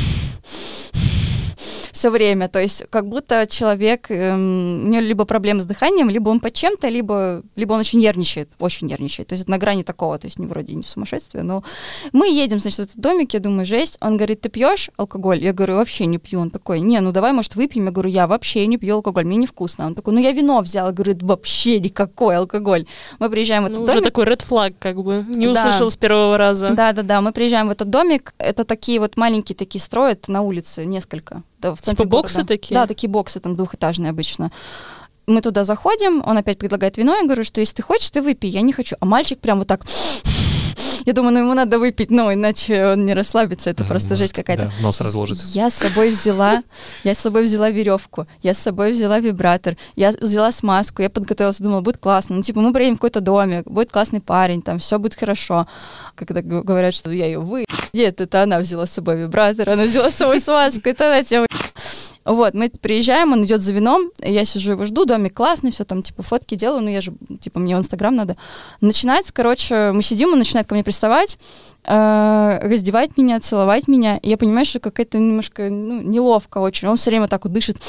[SPEAKER 1] Все время, то есть как будто человек, у него либо проблемы с дыханием, либо он под чем-то, либо он очень нервничает. То есть это на грани такого, то есть не вроде не сумасшествия, но мы едем, значит, в этот домик, я думаю, жесть. Он говорит, ты пьешь алкоголь? Я говорю, вообще не пью. Он такой, не, ну давай, может, выпьем? Я говорю, я вообще не пью алкоголь, мне невкусно. Он такой, ну я вино взял. Я говорю, вообще никакой алкоголь. Мы приезжаем в этот домик.
[SPEAKER 2] Уже такой ред флаг, как бы, не услышал с первого раза.
[SPEAKER 1] Да, мы приезжаем в этот домик, это такие вот маленькие такие строят на улице, несколько. Да, в центре
[SPEAKER 2] типа боксы
[SPEAKER 1] города.
[SPEAKER 2] такие?
[SPEAKER 1] Да, такие боксы, там двухэтажные обычно. Мы туда заходим, он опять предлагает вино, я говорю, что если ты хочешь, ты выпей, я не хочу. А мальчик прям вот так... Я думаю, ну ему надо выпить, ну иначе он не расслабится, это просто жесть какая-то.
[SPEAKER 3] Да, нос разложит.
[SPEAKER 1] Я с собой взяла веревку, я с собой взяла вибратор, я взяла смазку, я подготовилась, думала, будет классно. Ну типа мы приедем в какой-то домик, будет классный парень, там все будет хорошо. Когда говорят, что я ее Нет, это она взяла с собой вибратор, она взяла с собой смазку, это она тебя Вот, мы приезжаем, он идет за вином, я сижу его жду, домик классный, все там, типа, фотки делаю, ну я же, типа, мне в Инстаграм надо. Начинается, короче, мы сидим, он начинает ко мне приставать, раздевать меня, целовать меня, и я понимаю, что какая-то немножко, неловко очень, он все время так вот дышит.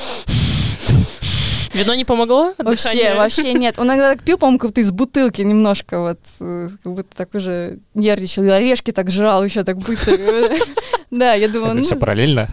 [SPEAKER 2] Вино не помогло?
[SPEAKER 1] Вообще нет. Он иногда так пил, по-моему, как будто из бутылки немножко, вот, как будто так уже нервничал, орешки так жрал еще так быстро. Да, я думаю...
[SPEAKER 3] Это все параллельно?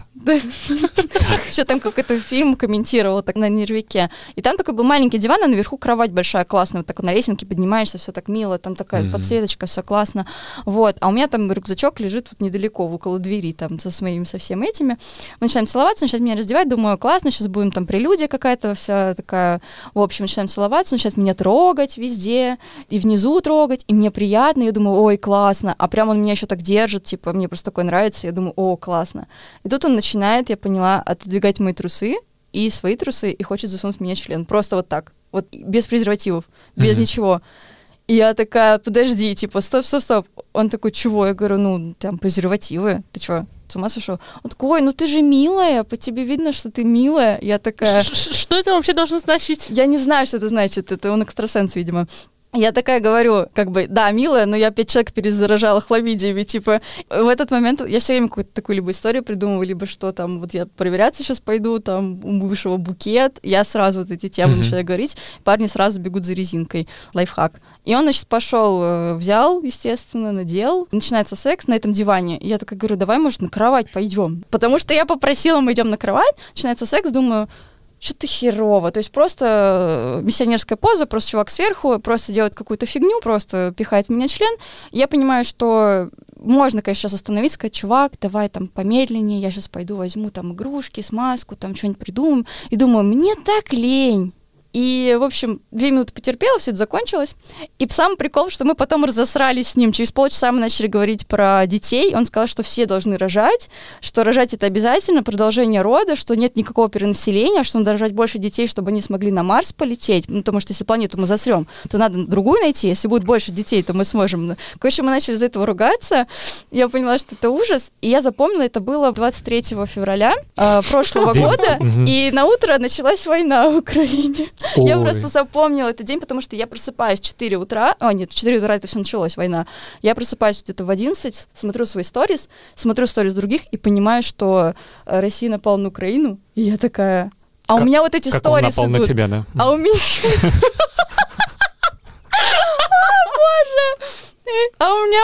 [SPEAKER 1] Еще там какой-то фильм комментировал так на нервике. И там такой был маленький диван, а наверху кровать большая, классная. Вот так на лесенке поднимаешься, все так мило, там такая подсветочка, все классно. Вот. А у меня там рюкзачок лежит вот недалеко, около двери, там, со всем этими. Мы начинаем целоваться, начинает меня раздевать, думаю, классно, сейчас будем там прелюдия какая-то вся такая. В общем, начинаем целоваться, начинает меня трогать везде, и внизу трогать, и мне приятно, я думаю, ой, классно. А прям он меня еще так держит, типа, мне просто такое нравится, я думаю, о, классно. И тут он начинает, я поняла, отодвигать мои трусы и свои трусы, и хочет засунуть в меня член. Просто вот так. Вот без презервативов, без ничего. И я такая, подожди, типа, стоп. Он такой, чего? Я говорю, ну, там, презервативы. Ты что, с ума сошел? Он такой, ой, ну ты же милая, по тебе видно, что ты милая. Я такая...
[SPEAKER 2] Что это вообще должно значить?
[SPEAKER 1] Я не знаю, что это значит. Это он экстрасенс, видимо. Я такая говорю, как бы, да, милая, но я 5 человек перезаражала хламидиями, типа, в этот момент я все время какую-то такую либо историю придумываю, либо что там, вот я проверяться сейчас пойду, там, у бывшего букет, я сразу вот эти темы начинаю говорить, парни сразу бегут за резинкой, лайфхак. И он, значит, пошел, взял, естественно, надел, начинается секс на этом диване, и я такая говорю, давай, может, на кровать пойдем, потому что я попросила, мы идем на кровать, начинается секс, думаю, что-то херово, то есть просто миссионерская поза, просто чувак сверху, просто делает какую-то фигню, просто пихает в меня член. Я понимаю, что можно, конечно, сейчас остановиться, сказать, чувак, давай там помедленнее, я сейчас пойду возьму там игрушки, смазку, там что-нибудь придумаем. И думаю, мне так лень. И, в общем, 2 минуты потерпела, все это закончилось. И самый прикол, что мы потом разосрались с ним. Через полчаса мы начали говорить про детей. Он сказал, что все должны рожать, что рожать это обязательно, продолжение рода, что нет никакого перенаселения, что надо рожать больше детей, чтобы они смогли на Марс полететь. Ну, потому что если планету мы засрем, то надо другую найти. Если будет больше детей, то мы сможем. Короче, мы начали из-за этого ругаться. Я поняла, что это ужас. И я запомнила, это было 23 февраля прошлого года. И на утро началась война в Украине.
[SPEAKER 3] Ой.
[SPEAKER 1] Я просто запомнила этот день, потому что я просыпаюсь в 4 утра. В 4 утра это все началось, война. Я просыпаюсь где-то в 11, смотрю свои сторис, смотрю сторис других и понимаю, что Россия напала на Украину. И я такая... у меня вот эти сторис идут.
[SPEAKER 3] Он напал на тебя, да?
[SPEAKER 1] А у меня... Боже!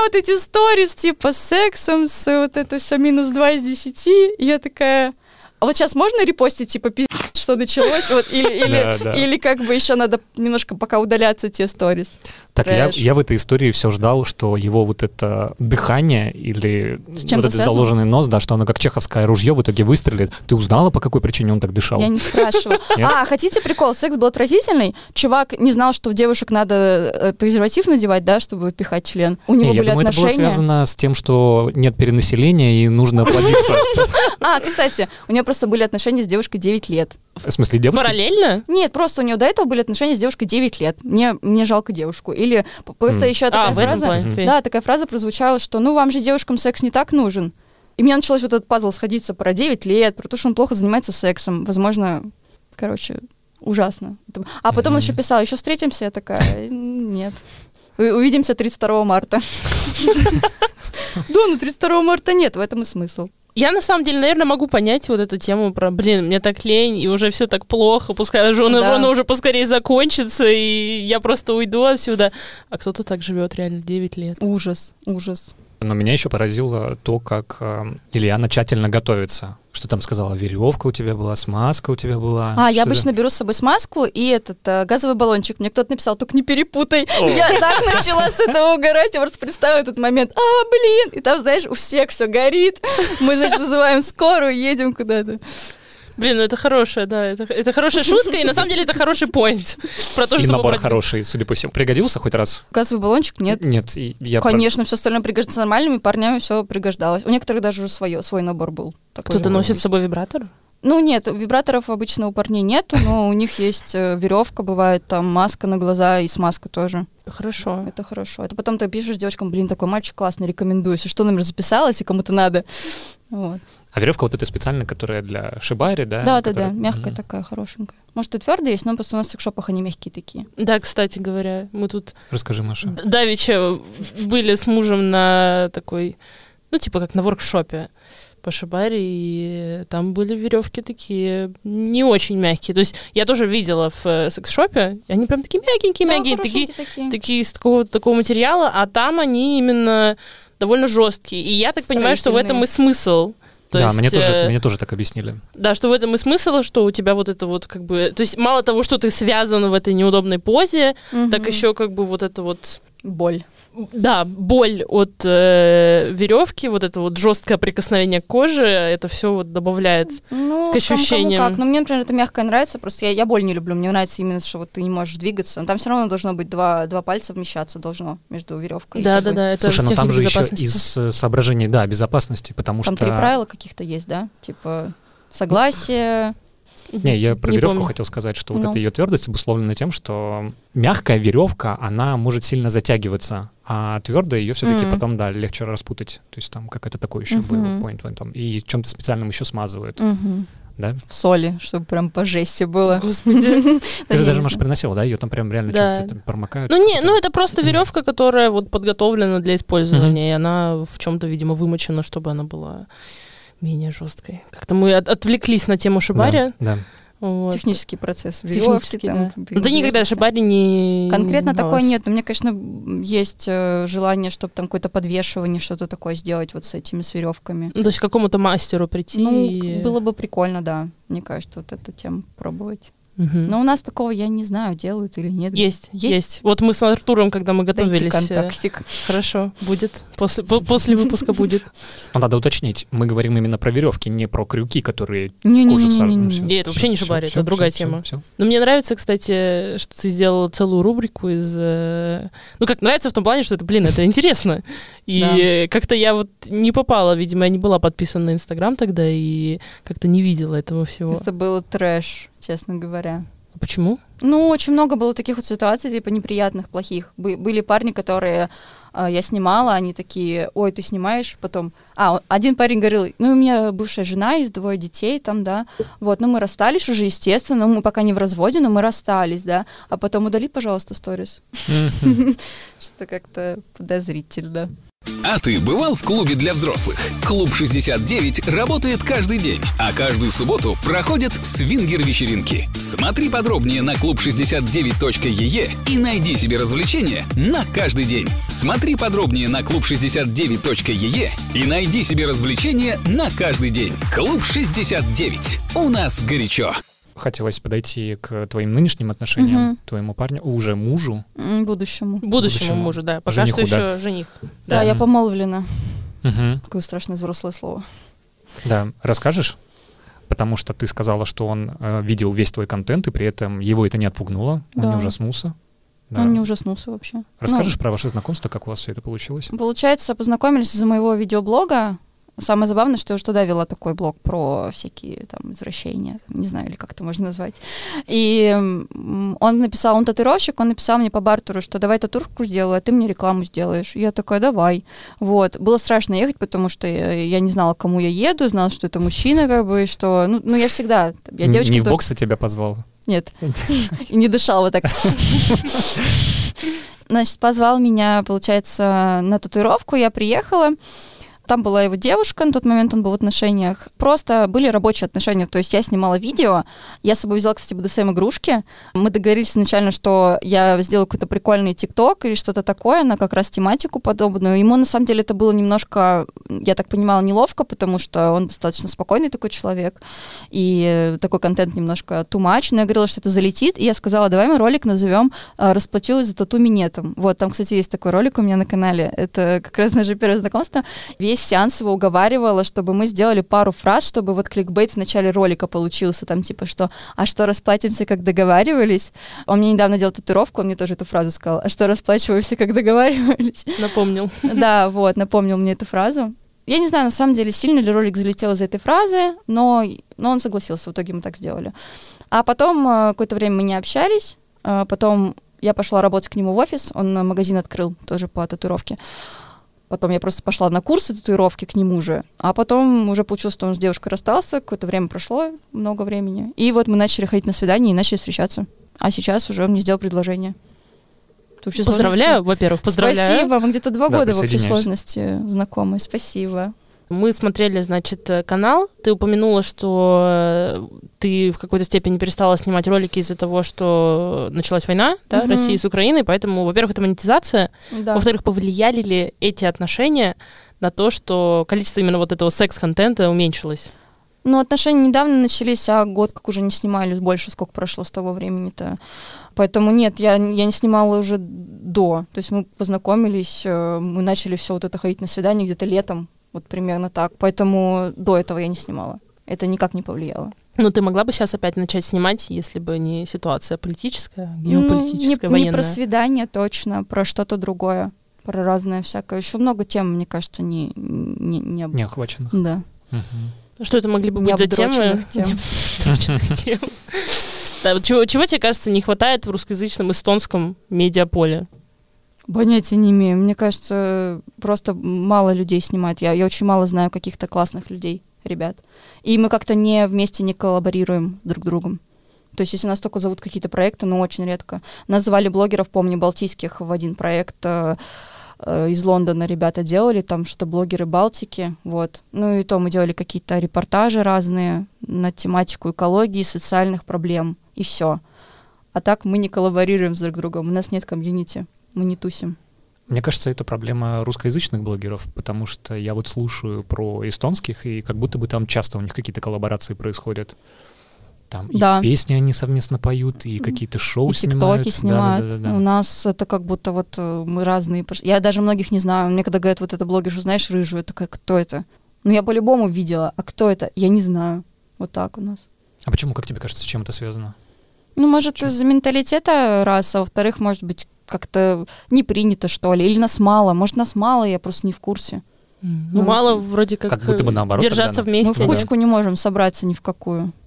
[SPEAKER 1] вот эти сторис, типа, с сексом, с вот это все -2 из 10, и я такая... А вот сейчас можно репостить, типа, что началось? Вот, или как бы еще надо немножко пока удаляться те сторис?
[SPEAKER 3] Так, я в этой истории все ждал, что его вот это дыхание или вот этот заложенный нос, да, что оно как чеховское ружье в итоге выстрелит. Ты узнала, по какой причине он так дышал?
[SPEAKER 1] Я не спрашивала. Хотите прикол? Секс был отвратительный? Чувак не знал, что у девушек надо презерватив надевать, да, чтобы пихать член. У него были отношения.
[SPEAKER 3] Я думаю, это было связано с тем, что нет перенаселения и нужно плодиться.
[SPEAKER 1] Кстати, у нее просто были отношения с девушкой 9 лет.
[SPEAKER 3] В смысле, девушка?
[SPEAKER 2] Параллельно?
[SPEAKER 1] Нет, просто у нее до этого были отношения с девушкой 9 лет. Мне жалко девушку. Или просто еще такая фраза. Да, такая фраза прозвучала, что вам же девушкам секс не так нужен. И мне началось вот этот пазл сходиться про 9 лет, про то, что он плохо занимается сексом. Возможно, ужасно. А потом он еще писал, еще встретимся? Я такая, нет. Увидимся 32 марта. Да, 32 марта нет, в этом и смысл.
[SPEAKER 2] Я, на самом деле, наверное, могу понять вот эту тему про, мне так лень, и уже все так плохо, пускай оно уже поскорее закончится, и я просто уйду отсюда. А кто-то так живет реально 9 лет.
[SPEAKER 1] Ужас.
[SPEAKER 3] Но меня еще поразило то, как Ильяна тщательно готовится. Что там сказала? Веревка у тебя была, смазка у тебя была.
[SPEAKER 1] Я обычно беру с собой смазку и этот газовый баллончик. Мне кто-то написал, только не перепутай. Я так начала с этого угорать, я просто представила этот момент. И там, знаешь, у всех все горит. Мы, значит, вызываем скорую, едем куда-то.
[SPEAKER 2] Блин, это хорошая, да, это хорошая шутка, и на самом деле это хороший поинт. Про то,
[SPEAKER 3] и
[SPEAKER 2] что
[SPEAKER 3] набор хороший, судя по всему. Пригодился хоть раз?
[SPEAKER 1] Газовый баллончик? Нет.
[SPEAKER 3] Нет.
[SPEAKER 1] Конечно, все остальное пригождается нормальными парнями, все пригождалось. У некоторых даже уже свой набор был.
[SPEAKER 2] Кто-то носит с собой вибратор?
[SPEAKER 1] Нет, вибраторов обычно у парней нету, но у них есть веревка, бывает там маска на глаза и смазка тоже.
[SPEAKER 2] Хорошо.
[SPEAKER 1] Это хорошо. Это потом ты пишешь девочкам, такой мальчик классный, рекомендую. Если что, номер записалась, и кому-то надо. Вот.
[SPEAKER 3] А веревка вот эта специальная, которая для шибари, да?
[SPEAKER 1] Да, мягкая такая, хорошенькая. Может, и твердая есть, но просто у нас в секшопах они мягкие такие.
[SPEAKER 2] Да, кстати говоря, мы тут...
[SPEAKER 3] Расскажи, Маша.
[SPEAKER 2] Давеча были с мужем на такой, как на воркшопе по шибари, и там были веревки такие не очень мягкие. То есть я тоже видела в секс-шопе, и они прям такие мягенькие, такие из такого материала, а там они именно довольно жесткие. И я так понимаю, что в этом и смысл.
[SPEAKER 3] Мне тоже так объяснили.
[SPEAKER 2] Да, что в этом и смысл, что у тебя вот это вот как бы... То есть мало того, что ты связан в этой неудобной позе, так еще как бы вот это вот...
[SPEAKER 1] Боль.
[SPEAKER 2] Да, боль от веревки, вот это вот жесткое прикосновение к коже, это все вот добавляет к ощущениям.
[SPEAKER 1] Мне, например, это мягкое нравится, просто я боль не люблю, мне нравится именно, что вот ты не можешь двигаться, но там все равно должно быть два пальца вмещаться должно между веревкой.
[SPEAKER 2] Да, это
[SPEAKER 3] слушай, там же еще из соображений, безопасности, потому
[SPEAKER 1] там
[SPEAKER 3] что...
[SPEAKER 1] Там 3 правила каких-то есть, да? Типа согласие...
[SPEAKER 3] Не, я про веревку хотел сказать, что вот эта ее твердость обусловлена тем, что мягкая веревка, она может сильно затягиваться, а твердая ее все-таки потом, легче распутать. То есть там какой-то такой еще был поинт в этом. И чем-то специальным еще смазывают. Да?
[SPEAKER 1] В соли, чтобы прям по жести было.
[SPEAKER 2] Господи.
[SPEAKER 3] Ты же даже, Маша, приносила, да? Ее там прям реально чем-то промокают.
[SPEAKER 2] Это просто веревка, которая вот подготовлена для использования, и она в чем-то, видимо, вымочена, чтобы она была... менее жесткой. Как-то мы отвлеклись на тему шибари.
[SPEAKER 3] Да.
[SPEAKER 1] Вот. Технический процесс.
[SPEAKER 2] Технический, да. Ты никогда шибари не...
[SPEAKER 1] Конкретно такое нет. Но у меня, конечно, есть желание, чтобы там какое-то подвешивание, что-то такое сделать вот с этими, с веревками.
[SPEAKER 2] То есть к какому-то мастеру прийти?
[SPEAKER 1] Было бы прикольно, да. Мне кажется, вот эту тему пробовать. Но у нас такого, я не знаю, делают или нет.
[SPEAKER 2] Есть. Вот мы с Артуром, когда мы готовились...
[SPEAKER 1] Дайте контактик.
[SPEAKER 2] Хорошо, будет. После выпуска будет.
[SPEAKER 3] Надо уточнить, мы говорим именно про веревки, не про крюки, которые
[SPEAKER 1] кожу
[SPEAKER 2] сажают. Нет, это вообще не шибари, это другая тема. Но мне нравится, кстати, что ты сделала целую рубрику из... нравится в том плане, что это интересно. И как-то я вот не попала, видимо, я не была подписана на Инстаграм тогда, и как-то не видела этого всего.
[SPEAKER 1] Это был трэш, честно говоря.
[SPEAKER 2] А почему?
[SPEAKER 1] Очень много было таких вот ситуаций, типа неприятных, плохих. Были парни, которые я снимала, они такие, ой, ты снимаешь? Потом, один парень говорил, у меня бывшая жена, есть 2 детей там, да, вот, мы расстались уже, естественно, мы пока не в разводе, но мы расстались, да, а потом удали, пожалуйста, сторис. Что-то как-то подозрительно.
[SPEAKER 4] А ты бывал в клубе для взрослых? Клуб 69 работает каждый день, а каждую субботу проходят свингер-вечеринки. Смотри подробнее на клуб69.ee и найди себе развлечения на каждый день. Смотри подробнее на клуб69.ee и найди себе развлечения на каждый день. Клуб 69. У нас горячо.
[SPEAKER 3] Хотелось подойти к твоим нынешним отношениям, твоему парню, уже мужу.
[SPEAKER 1] Будущему
[SPEAKER 2] мужу, да. Пока
[SPEAKER 3] жениху,
[SPEAKER 2] что
[SPEAKER 3] да.
[SPEAKER 2] еще жених.
[SPEAKER 1] Да, я помолвлена.
[SPEAKER 3] Угу.
[SPEAKER 1] Какое страшное взрослое слово.
[SPEAKER 3] Да, расскажешь? Потому что ты сказала, что он видел весь твой контент, и при этом его это не отпугнуло, он не ужаснулся. Да.
[SPEAKER 1] Он не ужаснулся вообще.
[SPEAKER 3] Расскажешь про ваше знакомство, как у вас все это получилось?
[SPEAKER 1] Получается, познакомились из-за моего видеоблога. Самое забавное, что я уже тогда вела такой блог про всякие там извращения, не знаю, или как это можно назвать. И он татуировщик, он написал мне по бартеру, что давай татуировку сделаю, а ты мне рекламу сделаешь. И я такая, давай. Вот. Было страшно ехать, потому что я не знала, к кому я еду, знала, что это мужчина, как бы, что... Ну я всегда... Я девочка,
[SPEAKER 3] не в бокс тебя позвал?
[SPEAKER 1] Нет. И не дышал вот так. Значит, позвал меня, получается, на татуировку, я приехала. Там была его девушка, на тот момент он был в отношениях. Просто были рабочие отношения, то есть я снимала видео, я с собой взяла, кстати, BDSM-игрушки. Мы договорились изначально, что я сделаю какой-то прикольный ТикТок или что-то такое, на как раз тематику подобную. Ему, на самом деле, это было немножко, я так понимала, неловко, потому что он достаточно спокойный такой человек, и такой контент немножко too much, но я говорила, что это залетит, и я сказала, давай мы ролик назовем «Расплачилась за тату минетом». Вот, там, кстати, есть такой ролик у меня на канале, это как раз наше первое знакомство. Весь сеанс его уговаривала, чтобы мы сделали пару фраз, чтобы вот кликбейт в начале ролика получился, там типа что, а что, расплатимся, как договаривались? Он мне недавно делал татуировку, он мне тоже эту фразу сказал, а что, расплачиваемся, как договаривались?
[SPEAKER 2] Напомнил.
[SPEAKER 1] Да, вот, напомнил мне эту фразу. Я не знаю, на самом деле, сильно ли ролик залетел из-за этой фразы, но он согласился, в итоге мы так сделали. А потом какое-то время мы не общались, потом я пошла работать к нему в офис, он магазин открыл тоже по татуировке. Потом я просто пошла на курсы татуировки к нему же, а потом уже получилось, что он с девушкой расстался, какое-то время прошло, много времени. И вот мы начали ходить на свидания и начали встречаться. А сейчас уже он мне сделал предложение.
[SPEAKER 2] Поздравляю, во-первых, поздравляю.
[SPEAKER 1] Спасибо, мы где-то 2 года в общей сложности знакомы, спасибо.
[SPEAKER 2] Мы смотрели, значит, канал. Ты упомянула, что ты в какой-то степени перестала снимать ролики из-за того, что началась война, да, России с Украиной, поэтому, во-первых, это монетизация, во-вторых, повлияли ли эти отношения на то, что количество именно вот этого секс-контента уменьшилось?
[SPEAKER 1] Ну, отношения недавно начались, а год как уже не снимали, больше сколько прошло с того времени-то. Поэтому нет, я не снимала уже до. То есть мы познакомились, мы начали все вот это ходить на свидания где-то летом, вот примерно так. Поэтому до этого я не снимала. Это никак не повлияло.
[SPEAKER 2] Ну, ты могла бы сейчас опять начать снимать, если бы не ситуация политическая, геополитическая, военная?
[SPEAKER 1] Не про свидание точно, про что-то другое, про разное всякое. Еще много тем, мне кажется, не
[SPEAKER 3] охваченных.
[SPEAKER 1] Да.
[SPEAKER 2] Что это могли бы быть за темы? Чего тебе кажется не хватает в русскоязычном эстонском медиаполе?
[SPEAKER 1] Понятия не имею. Мне кажется, просто мало людей снимает. Я очень мало знаю каких-то классных людей, ребят. И мы как-то вместе не коллаборируем друг с другом. То есть если нас только зовут какие-то проекты, но очень редко. Нас звали блогеров, помню, балтийских в один проект. Из Лондона ребята делали, там что-то блогеры Балтики, вот. Ну и то мы делали какие-то репортажи разные на тематику экологии, социальных проблем, и все. А так мы не коллаборируем с друг другом, у нас нет комьюнити. Мы не тусим.
[SPEAKER 3] Мне кажется, это проблема русскоязычных блогеров, потому что я вот слушаю про эстонских, и как будто бы там часто у них какие-то коллаборации происходят. Там и песни они совместно поют, и какие-то шоу
[SPEAKER 1] и
[SPEAKER 3] снимают.
[SPEAKER 1] ТикТоки снимают. Да. У нас это как будто вот мы разные. Я даже многих не знаю. Мне когда говорят, вот это блогер, знаешь, рыжую, я такая, кто это? Ну, я по-любому видела. А кто это? Я не знаю. Вот так у нас.
[SPEAKER 3] А почему, как тебе кажется, с чем это связано?
[SPEAKER 1] Ну, может, из-за менталитета раз, а во-вторых, может быть, как-то не принято, что ли, или нас мало. Может, нас мало, я просто не в курсе.
[SPEAKER 2] Ну, мало вроде как
[SPEAKER 3] будто бы наоборот,
[SPEAKER 2] держаться вместе.
[SPEAKER 1] Мы в кучку не можем собраться ни в какую.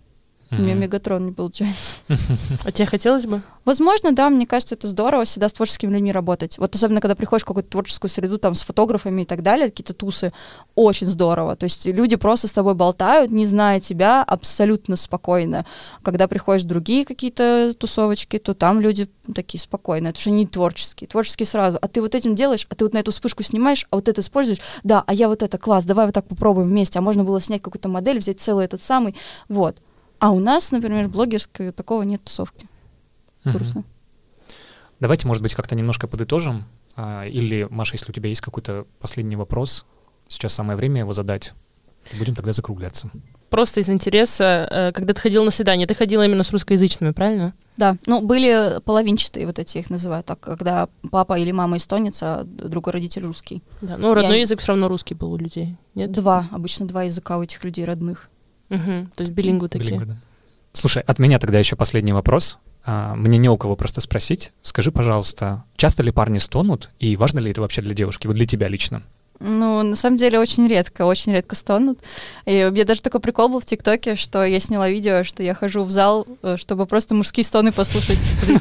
[SPEAKER 1] У меня Мегатрон не получается.
[SPEAKER 2] А тебе хотелось бы?
[SPEAKER 1] Возможно, да, мне кажется, это здорово всегда с творческими людьми работать. Вот особенно, когда приходишь в какую-то творческую среду, там, с фотографами и так далее, какие-то тусы, очень здорово. То есть люди просто с тобой болтают, не зная тебя, абсолютно спокойно. Когда приходишь в другие какие-то тусовочки, то там люди такие спокойные. Это же не творческие. Творческие сразу. А ты вот этим делаешь, а ты вот на эту вспышку снимаешь, а вот это используешь. Да, а я вот это, класс, давай вот так попробуем вместе. А можно было снять какую-то модель, взять целый этот самый. Вот. А у нас, например, блогерской такого нет тусовки. Грустно.
[SPEAKER 3] Давайте, может быть, как-то немножко подытожим. Или, Маша, если у тебя есть какой-то последний вопрос, сейчас самое время его задать. Будем тогда закругляться.
[SPEAKER 2] Просто из интереса, когда ты ходила на свидание, ты ходила именно с русскоязычными, правильно?
[SPEAKER 1] Да, ну были половинчатые, вот эти их называют так, когда папа или мама эстонец, а другой родитель русский.
[SPEAKER 2] Да, ну родной язык все равно русский был у людей, нет?
[SPEAKER 1] Обычно два языка у этих людей родных.
[SPEAKER 2] То есть билингвы такие.
[SPEAKER 3] Билингвы, да. Слушай, от меня тогда еще последний вопрос. Мне не у кого просто спросить. Скажи, пожалуйста, часто ли парни стонут, и важно ли это вообще для девушки, вот для тебя лично?
[SPEAKER 1] Ну, на самом деле, очень редко стонут. И у меня даже такой прикол был в ТикТоке, что я сняла видео, что я хожу в зал, чтобы просто мужские стоны послушать.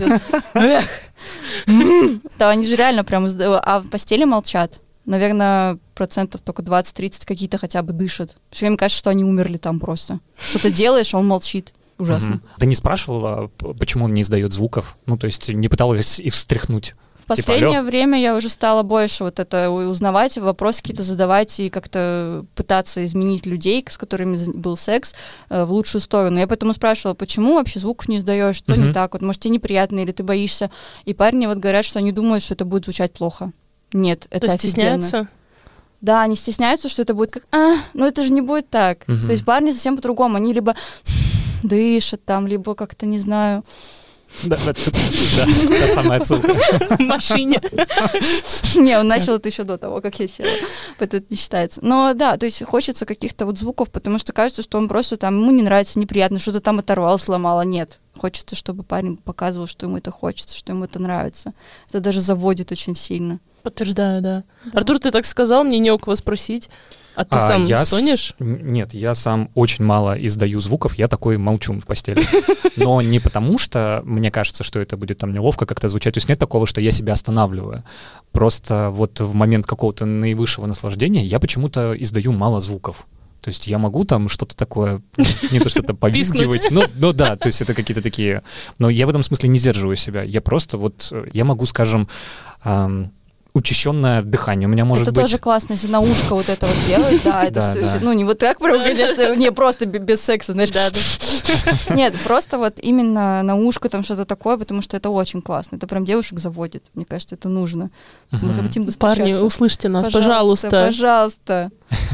[SPEAKER 1] Да, они же реально прям... А в постели молчат. Наверное, процентов только 20-30 какие-то хотя бы дышат. Потому что мне кажется, что они умерли там просто. Что-то делаешь, а он молчит. Ужасно.
[SPEAKER 3] Ты не спрашивала, почему он не издает звуков? Ну, то есть не пыталась их встряхнуть?
[SPEAKER 1] В последнее время я уже стала больше вот это узнавать, вопросы какие-то задавать и как-то пытаться изменить людей, с которыми был секс, в лучшую сторону. Я поэтому спрашивала, почему вообще звуков не издаешь, что не так, вот, может, тебе неприятно или ты боишься. И парни вот говорят, что они думают, что это будет звучать плохо. Нет, это офигенно.
[SPEAKER 2] Стесняются?
[SPEAKER 1] Да, они стесняются, что это будет как, ну это же не будет так. То есть парни совсем по-другому, они либо дышат там, либо как-то, не знаю...
[SPEAKER 3] Да, та самая отсылка.
[SPEAKER 2] В машине.
[SPEAKER 1] Не, он начал это еще до того, как я села, поэтому это не считается. Но да, то есть хочется каких-то вот звуков, потому что кажется, что он просто там, ему не нравится, неприятно, что-то там оторвал, сломало. Нет, хочется, чтобы парень показывал, что ему это хочется, что ему это нравится. Это даже заводит очень сильно.
[SPEAKER 2] Подтверждаю, да. Артур, ты так сказал, мне не у кого спросить. А ты сам стонешь?
[SPEAKER 3] Нет, я сам очень мало издаю звуков, я такой молчун в постели. Но не потому, что мне кажется, что это будет там неловко как-то звучать. То есть нет такого, что я себя останавливаю. Просто вот в момент какого-то наивысшего наслаждения я почему-то издаю мало звуков. То есть я могу там что-то такое, не то что-то повизгивать, но да, то есть это какие-то такие... Но я в этом смысле не сдерживаю себя. Я просто вот, я могу, скажем... учащенное дыхание. У меня может быть...
[SPEAKER 1] Это тоже классно, если на ушко вот это вот делать, да, это все, ну, не вот так, конечно, не просто без секса, знаешь, да. Нет, просто вот именно на ушко там что-то такое, потому что это очень классно, это прям девушек заводит, мне кажется, это нужно. Мы хотим достучаться.
[SPEAKER 2] Парни, услышьте нас, пожалуйста.
[SPEAKER 1] Пожалуйста.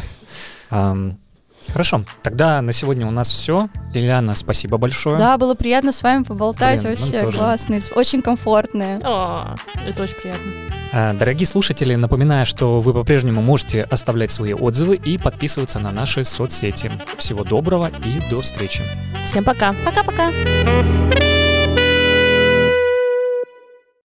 [SPEAKER 3] Хорошо, тогда на сегодня у нас все. Лилиана, спасибо большое.
[SPEAKER 1] Да, было приятно с вами поболтать, вообще классные, очень комфортные.
[SPEAKER 2] Это очень приятно.
[SPEAKER 3] Дорогие слушатели, напоминаю, что вы по-прежнему можете оставлять свои отзывы и подписываться на наши соцсети. Всего доброго и до встречи.
[SPEAKER 2] Всем пока.
[SPEAKER 1] Пока-пока.